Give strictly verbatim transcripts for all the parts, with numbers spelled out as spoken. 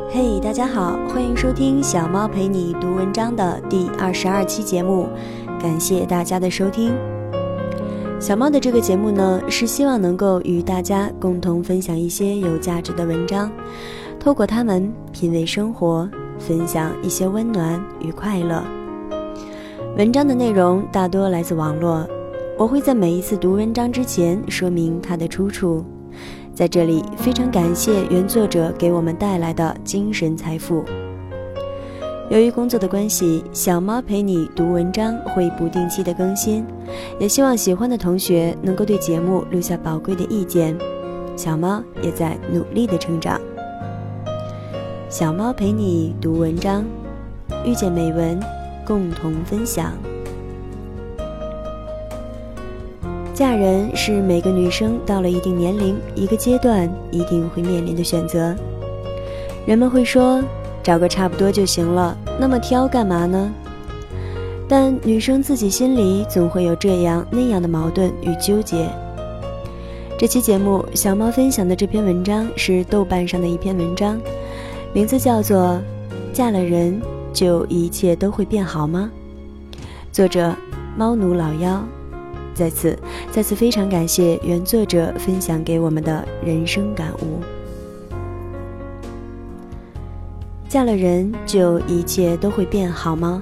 嘿、hey, 大家好，欢迎收听小猫陪你读文章的第二十二期节目，感谢大家的收听。小猫的这个节目呢，是希望能够与大家共同分享一些有价值的文章，透过它们品味生活，分享一些温暖与快乐。文章的内容大多来自网络，我会在每一次读文章之前说明它的出处。在这里非常感谢原作者给我们带来的精神财富。由于工作的关系，小猫陪你读文章会不定期的更新，也希望喜欢的同学能够对节目留下宝贵的意见。小猫也在努力的成长。小猫陪你读文章，遇见美文，共同分享。嫁人是每个女生到了一定年龄、一个阶段一定会面临的选择。人们会说，找个差不多就行了，那么挑干嘛呢？但女生自己心里总会有这样那样的矛盾与纠结。这期节目，小猫分享的这篇文章是豆瓣上的一篇文章，名字叫做《嫁了人就一切都会变好吗》，作者猫奴老妖。在此再次非常感谢原作者分享给我们的人生感悟。嫁了人就一切都会变好吗？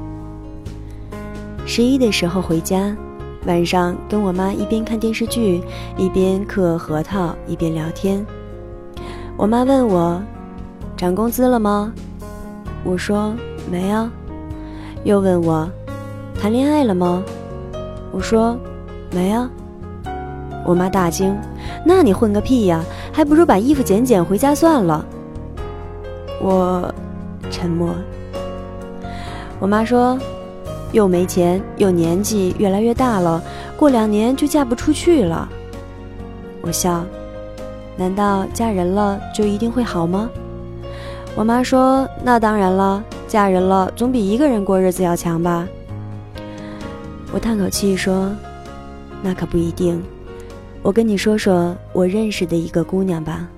十一的时候回家，晚上跟我妈一边看电视剧，一边嗑核桃，一边聊天。我妈问我，涨工资了吗？我说没啊。又问我，谈恋爱了吗？我说没啊。我妈大惊，那你混个屁呀，还不如把衣服捡捡回家算了。我沉默。我妈说，又没钱，又年纪越来越大了，过两年就嫁不出去了。我笑，难道嫁人了就一定会好吗？我妈说，那当然了，嫁人了总比一个人过日子要强吧。我叹口气说，那可不一定。我跟你说说我认识的一个姑娘吧。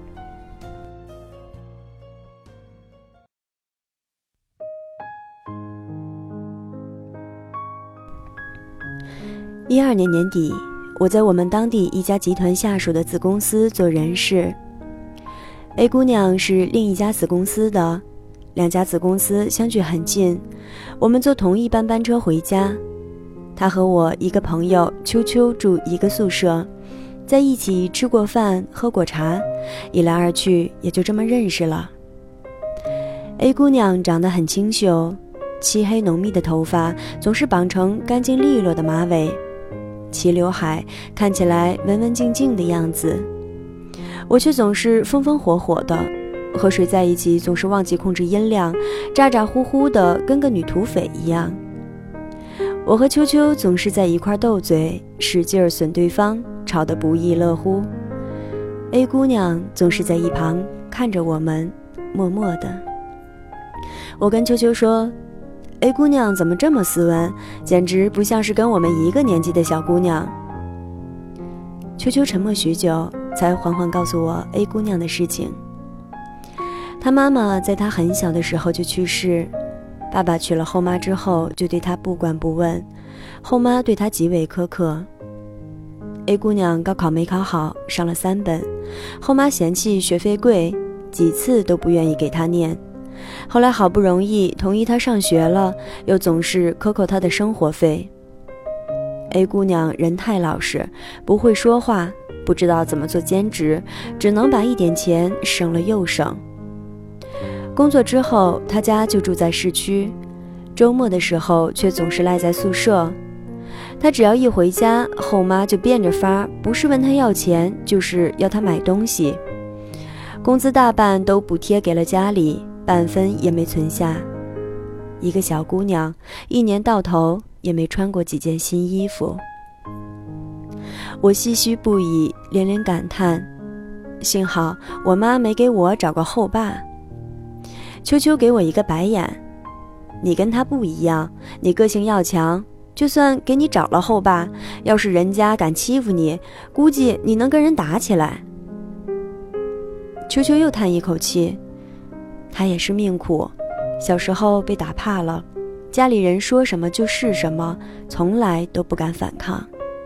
一二年年底，我在我们当地一家集团下属的子公司做人事。A 姑娘是另一家子公司的，两家子公司相距很近，我们坐同一班班车回家。他和我一个朋友秋秋住一个宿舍，在一起吃过饭喝过茶，一来二去也就这么认识了。 A 姑娘长得很清秀，漆黑浓密的头发总是绑成干净利落的马尾，齐刘海，看起来文文静静的样子。我却总是风风火火的，和谁在一起总是忘记控制音量，咋咋呼呼的跟个女土匪一样。我和秋秋总是在一块斗嘴，使劲儿损对方，吵得不亦乐乎。 A 姑娘总是在一旁看着我们，默默的。我跟秋秋说， A 姑娘怎么这么斯文，简直不像是跟我们一个年纪的小姑娘。秋秋沉默许久，才缓缓告诉我 A 姑娘的事情。她妈妈在她很小的时候就去世，爸爸娶了后妈之后就对她不管不问，后妈对她极为苛刻。 A 姑娘高考没考好，上了三本，后妈嫌弃学费贵，几次都不愿意给她念。后来好不容易同意她上学了，又总是克扣她的生活费。 A 姑娘人太老实，不会说话，不知道怎么做兼职，只能把一点钱省了又省。工作之后，她家就住在市区，周末的时候却总是赖在宿舍。她只要一回家，后妈就变着法，不是问她要钱，就是要她买东西。工资大半都补贴给了家里，半分也没存下。一个小姑娘，一年到头也没穿过几件新衣服。我唏嘘不已，连连感叹，幸好我妈没给我找个后爸。秋秋给我一个白眼，你跟她不一样，你个性要强，就算给你找了后爸，要是人家敢欺负你，估计你能跟人打起来。秋秋又叹一口气， 他也是命苦，小时候被打怕了，家里人说什么就是什么，从来都不敢反抗。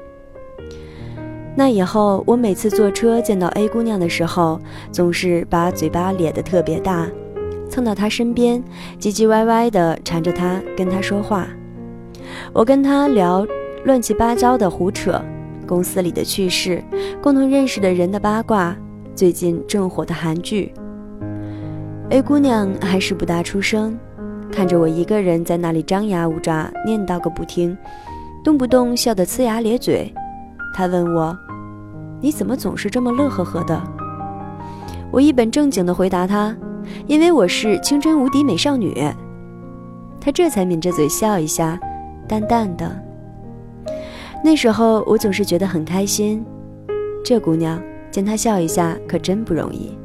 那以后我每次坐车见到 A 姑娘的时候，总是把嘴巴咧得特别大，蹭到她身边，唧唧歪歪地缠着她跟她说话。我跟她聊乱七八糟的胡扯，公司里的趣事，共同认识的人的八卦，最近正火的韩剧。 A 姑娘还是不大出声，看着我一个人在那里张牙舞爪念叨个不停，动不动笑得呲牙咧嘴。她问我，你怎么总是这么乐呵呵的？我一本正经地回答她，因为我是青春无敌美少女。她这才抿着嘴笑一下，淡淡的。那时候我总是觉得很开心，这姑娘见她笑一下可真不容易。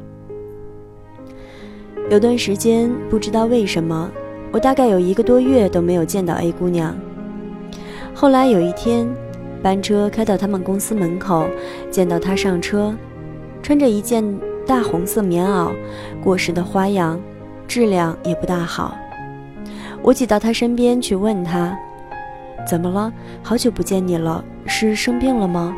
有段时间不知道为什么，我大概有一个多月都没有见到 A 姑娘。后来有一天班车开到他们公司门口，见到她上车，穿着一件大红色棉袄，过时的花样，质量也不大好。我挤到她身边去问她，怎么了？好久不见你了，是生病了吗？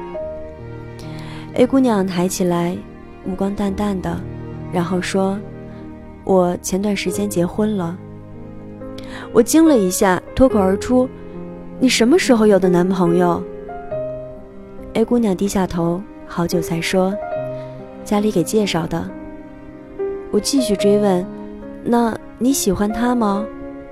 A 姑娘抬起来，目光淡淡的，然后说，我前段时间结婚了。我惊了一下，脱口而出，你什么时候有的男朋友？ A 姑娘低下头，好久才说，家里给介绍的。我继续追问，那你喜欢他吗？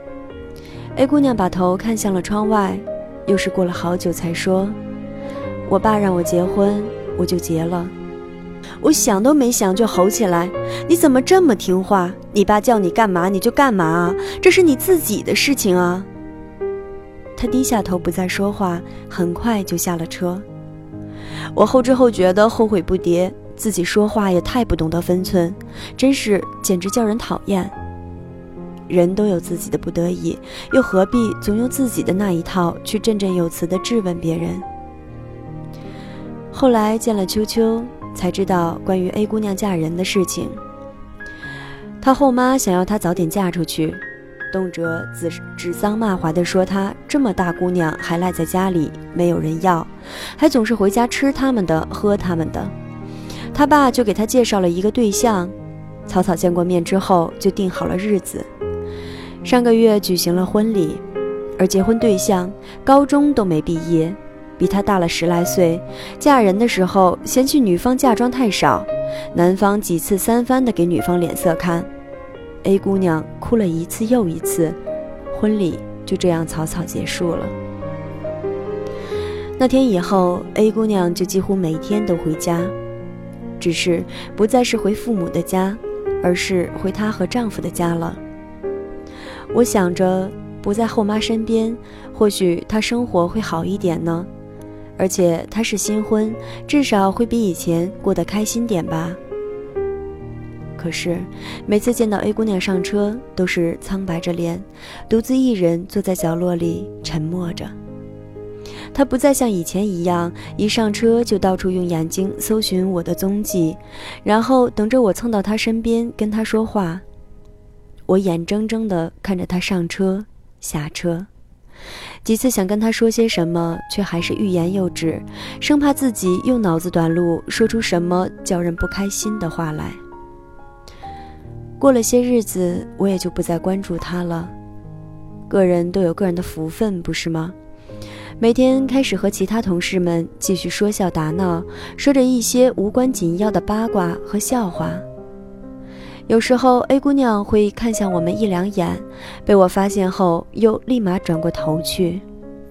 A 姑娘把头看向了窗外，又是过了好久才说，我爸让我结婚，我就结了。我想都没想就吼起来，你怎么这么听话？你爸叫你干嘛你就干嘛啊，这是你自己的事情啊。他低下头不再说话，很快就下了车。我后知后觉的后悔不迭，自己说话也太不懂得分寸，真是简直叫人讨厌。人都有自己的不得已，又何必总用自己的那一套去振振有词地质问别人。后来见了秋秋，才知道关于 A 姑娘嫁人的事情。她后妈想要她早点嫁出去，动辄指指桑骂槐地说她这么大姑娘还赖在家里，没有人要，还总是回家吃他们的喝他们的。她爸就给她介绍了一个对象，草草见过面之后就定好了日子。上个月举行了婚礼，而结婚对象高中都没毕业，比她大了十来岁，嫁人的时候嫌弃女方嫁妆太少，男方几次三番的给女方脸色看。 A 姑娘哭了一次又一次，婚礼就这样草草结束了。那天以后 A 姑娘就几乎每天都回家，只是不再是回父母的家，而是回她和丈夫的家了。我想着不在后妈身边，或许她生活会好一点呢，而且她是新婚，至少会比以前过得开心点吧。可是每次见到 A 姑娘上车，都是苍白着脸，独自一人坐在角落里沉默着。她不再像以前一样，一上车就到处用眼睛搜寻我的踪迹，然后等着我蹭到她身边跟她说话。我眼睁睁地看着她上车下车，几次想跟她说些什么，却还是欲言又止，生怕自己又脑子短路，说出什么叫人不开心的话来。过了些日子，我也就不再关注她了。个人都有个人的福分，不是吗？每天开始和其他同事们继续说笑打闹，说着一些无关紧要的八卦和笑话。有时候 A 姑娘会看向我们一两眼，被我发现后又立马转过头去。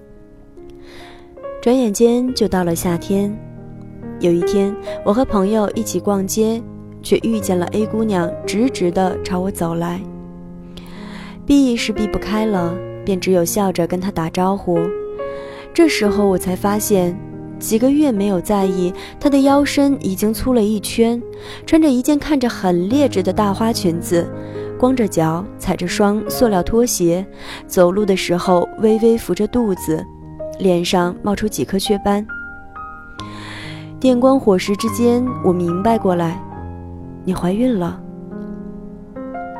转眼间就到了夏天，有一天我和朋友一起逛街，却遇见了 A 姑娘直直地朝我走来。避是避不开了，便只有笑着跟她打招呼。这时候我才发现，几个月没有在意，她的腰身已经粗了一圈，穿着一件看着很劣质的大花裙子，光着脚踩着双塑料拖鞋，走路的时候微微扶着肚子，脸上冒出几颗雀斑。电光火石之间，我明白过来，你怀孕了。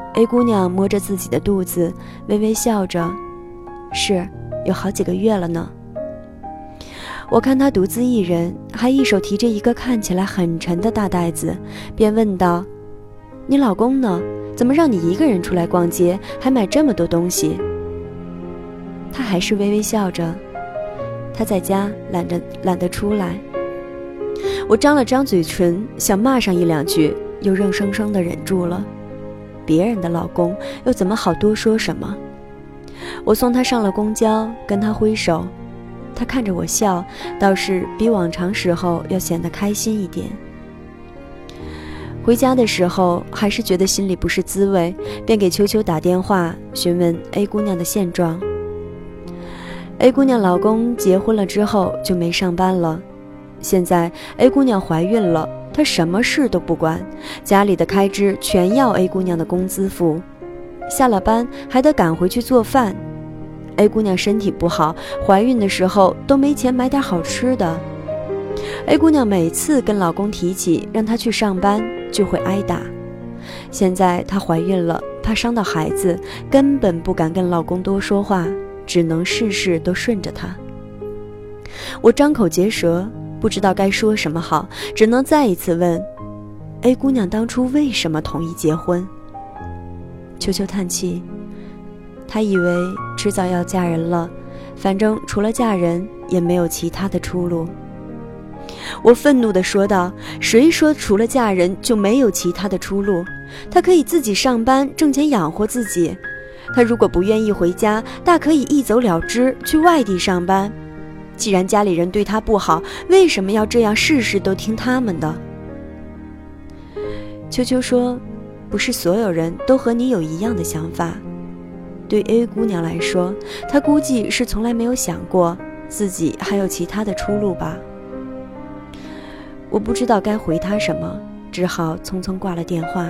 A 姑娘摸着自己的肚子，微微笑着，是，有好几个月了呢。我看她独自一人，还一手提着一个看起来很沉的大袋子，便问道：你老公呢？怎么让你一个人出来逛街，还买这么多东西？她还是微微笑着，他在家懒着懒得出来。我张了张嘴唇，想骂上一两句，又硬生生地忍住了。别人的老公又怎么好多说什么？我送他上了公交，跟他挥手，他看着我笑，倒是比往常时候要显得开心一点。回家的时候还是觉得心里不是滋味，便给秋秋打电话询问 A 姑娘的现状。A 姑娘老公结婚了之后就没上班了，现在 A 姑娘怀孕了，她什么事都不管，家里的开支全要 A 姑娘的工资付，下了班还得赶回去做饭。 A 姑娘身体不好，怀孕的时候都没钱买点好吃的。 A 姑娘每次跟老公提起让她去上班就会挨打，现在她怀孕了，怕伤到孩子，根本不敢跟老公多说话，只能事事都顺着他。我张口结舌，不知道该说什么好，只能再一次问 A 姑娘当初为什么同意结婚。秋秋叹气，她以为迟早要嫁人了，反正除了嫁人也没有其他的出路。我愤怒地说道，谁说除了嫁人就没有其他的出路？她可以自己上班挣钱养活自己，她如果不愿意回家，大可以一走了之，去外地上班。既然家里人对她不好，为什么要这样事事都听他们的？秋秋说，不是所有人都和你有一样的想法。对 A 姑娘来说，她估计是从来没有想过自己还有其他的出路吧。我不知道该回她什么，只好匆匆挂了电话。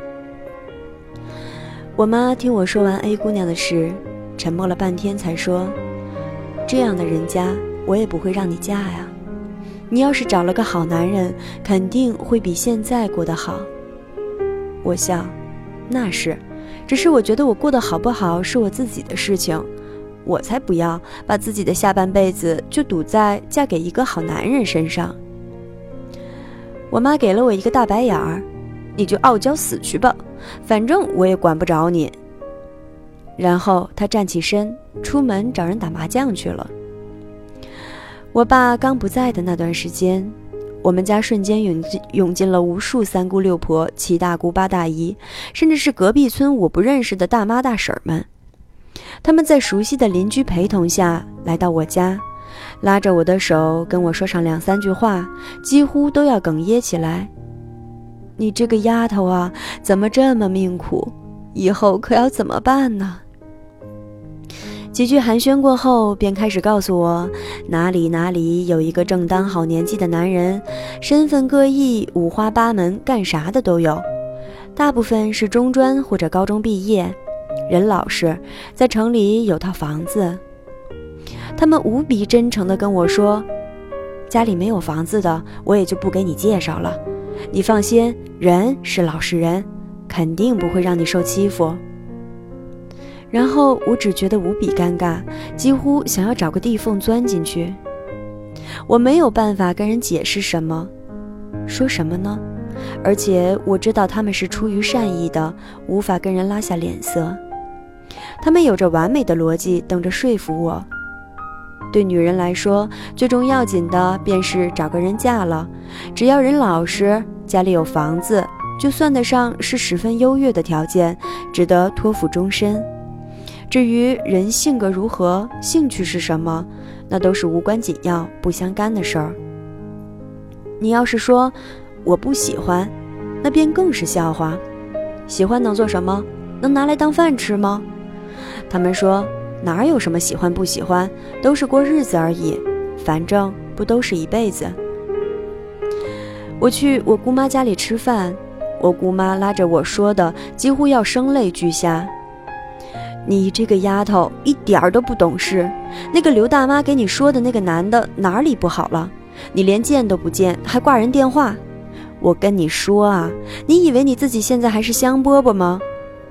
我妈听我说完 A 姑娘的事，沉默了半天才说，这样的人家我也不会让你嫁呀，你要是找了个好男人，肯定会比现在过得好。我笑，那是，只是我觉得我过得好不好是我自己的事情，我才不要把自己的下半辈子就赌在嫁给一个好男人身上。我妈给了我一个大白眼儿，你就傲娇死去吧，反正我也管不着你。然后她站起身，出门找人打麻将去了。我爸刚不在的那段时间，我们家瞬间涌进涌进了无数三姑六婆、七大姑八大姨，甚至是隔壁村我不认识的大妈大婶们。他们在熟悉的邻居陪同下来到我家，拉着我的手跟我说上两三句话，几乎都要哽咽起来。你这个丫头啊，怎么这么命苦？以后可要怎么办呢？几句寒暄过后，便开始告诉我哪里哪里有一个正当好年纪的男人，身份各异，五花八门，干啥的都有，大部分是中专或者高中毕业，人老实，在城里有套房子。他们无比真诚地跟我说，家里没有房子的我也就不给你介绍了，你放心，人是老实人，肯定不会让你受欺负。然后我只觉得无比尴尬，几乎想要找个地缝钻进去。我没有办法跟人解释什么，说什么呢？而且我知道他们是出于善意的，无法跟人拉下脸色。他们有着完美的逻辑，等着说服我。对女人来说，最重要紧的便是找个人嫁了，只要人老实，家里有房子，就算得上是十分优越的条件，值得托付终身。至于人性格如何，兴趣是什么，那都是无关紧要、不相干的事儿。你要是说我不喜欢，那便更是笑话。喜欢能做什么？能拿来当饭吃吗？他们说哪有什么喜欢不喜欢，都是过日子而已，反正不都是一辈子。我去我姑妈家里吃饭，我姑妈拉着我说的几乎要声泪俱下，你这个丫头一点儿都不懂事，那个刘大妈给你说的那个男的哪里不好了？你连见都不见，还挂人电话。我跟你说啊，你以为你自己现在还是香饽饽吗？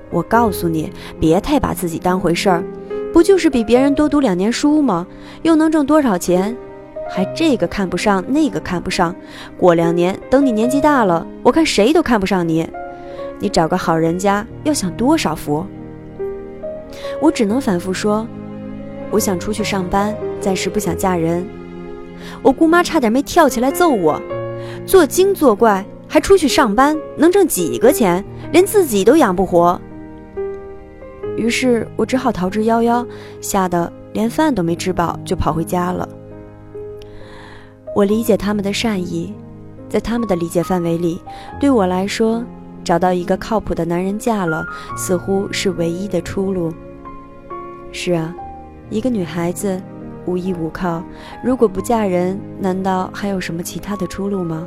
我告诉你，别太把自己当回事儿，不就是比别人多读两年书吗？又能挣多少钱？还这个看不上，那个看不上，过两年等你年纪大了，我看谁都看不上你。你找个好人家要享多少福？我只能反复说，我想出去上班，暂时不想嫁人。我姑妈差点没跳起来揍我，做精做怪还出去上班，能挣几个钱？连自己都养不活。于是我只好逃之夭夭，吓得连饭都没吃饱就跑回家了。我理解他们的善意，在他们的理解范围里，对我来说，找到一个靠谱的男人嫁了，似乎是唯一的出路。是啊，一个女孩子无依无靠，如果不嫁人，难道还有什么其他的出路吗？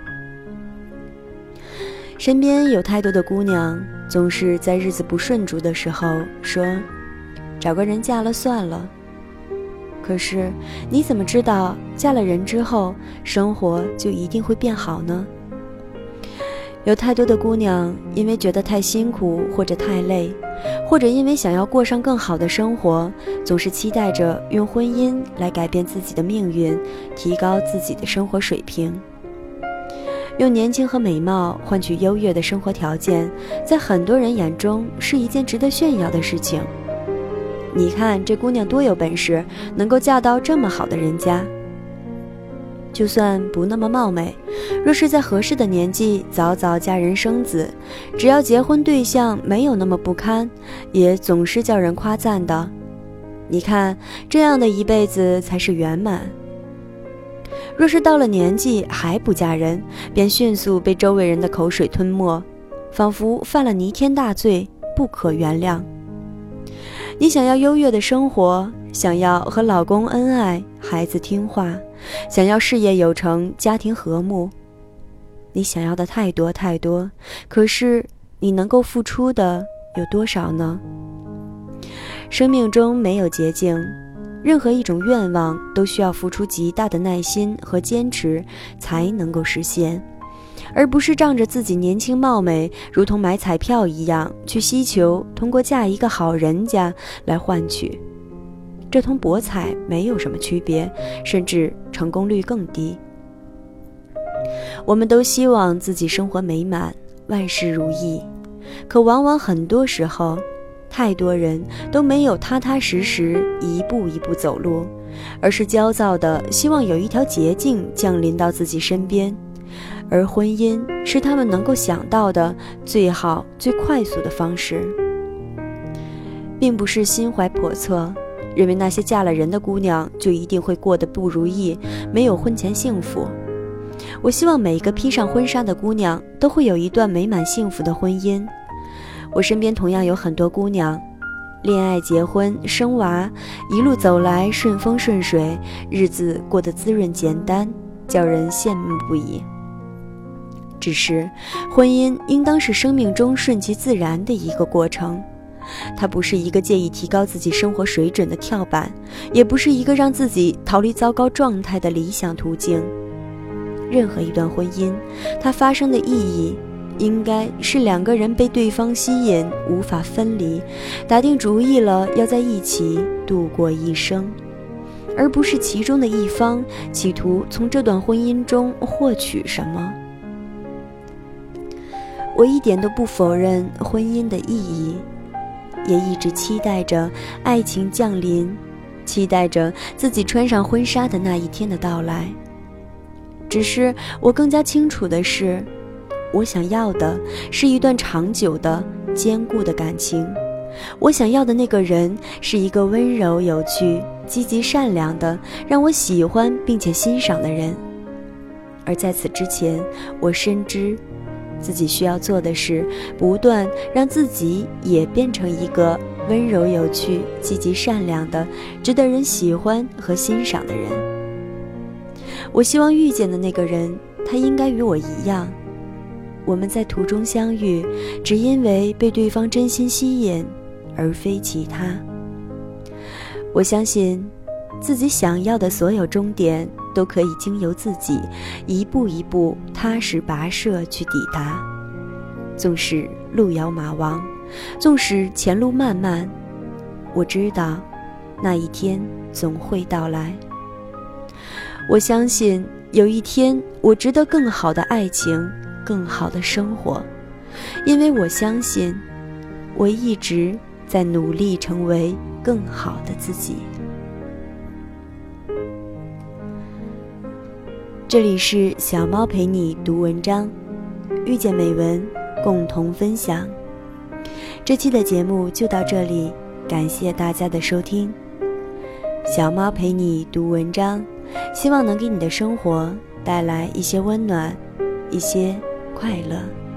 身边有太多的姑娘，总是在日子不顺逐的时候说，找个人嫁了算了。可是你怎么知道嫁了人之后，生活就一定会变好呢？有太多的姑娘因为觉得太辛苦或者太累，或者因为想要过上更好的生活，总是期待着用婚姻来改变自己的命运，提高自己的生活水平。用年轻和美貌换取优越的生活条件，在很多人眼中是一件值得炫耀的事情。你看这姑娘多有本事，能够嫁到这么好的人家。就算不那么貌美，若是在合适的年纪早早嫁人生子，只要结婚对象没有那么不堪，也总是叫人夸赞的。你看，这样的一辈子才是圆满。若是到了年纪还不嫁人，便迅速被周围人的口水吞没，仿佛犯了弥天大罪，不可原谅。你想要优越的生活，想要和老公恩爱，孩子听话，想要事业有成，家庭和睦，你想要的太多太多，可是你能够付出的有多少呢？生命中没有捷径，任何一种愿望都需要付出极大的耐心和坚持才能够实现，而不是仗着自己年轻貌美，如同买彩票一样去希求通过嫁一个好人家来换取。这同博彩没有什么区别，甚至成功率更低。我们都希望自己生活美满，万事如意，可往往很多时候，太多人都没有踏踏实实一步一步走路，而是焦躁地希望有一条捷径降临到自己身边，而婚姻是他们能够想到的最好最快速的方式。并不是心怀叵测，认为那些嫁了人的姑娘就一定会过得不如意，没有婚前幸福。我希望每一个披上婚纱的姑娘都会有一段美满幸福的婚姻。我身边同样有很多姑娘，恋爱结婚生娃，一路走来顺风顺水，日子过得滋润简单，叫人羡慕不已。只是婚姻应当是生命中顺其自然的一个过程，它不是一个借以提高自己生活水准的跳板，也不是一个让自己逃离糟糕状态的理想途径。任何一段婚姻，它发生的意义应该是两个人被对方吸引，无法分离，打定主意了要在一起度过一生，而不是其中的一方企图从这段婚姻中获取什么。我一点都不否认婚姻的意义，也一直期待着爱情降临，期待着自己穿上婚纱的那一天的到来。只是我更加清楚的是，我想要的是一段长久的坚固的感情，我想要的那个人是一个温柔有趣积极善良的让我喜欢并且欣赏的人。而在此之前，我深知自己需要做的是不断让自己也变成一个温柔有趣积极善良的值得人喜欢和欣赏的人。我希望遇见的那个人，他应该与我一样，我们在途中相遇，只因为被对方真心吸引，而非其他。我相信自己想要的所有终点都可以经由自己一步一步踏实跋涉去抵达。纵使路遥马亡， 纵使前路漫漫，我知道那一天总会到来。我相信有一天我值得更好的爱情，更好的生活，因为我相信我一直在努力成为更好的自己。这里是小猫陪你读文章，遇见美文，共同分享。这期的节目就到这里，感谢大家的收听。小猫陪你读文章，希望能给你的生活带来一些温暖，一些快乐。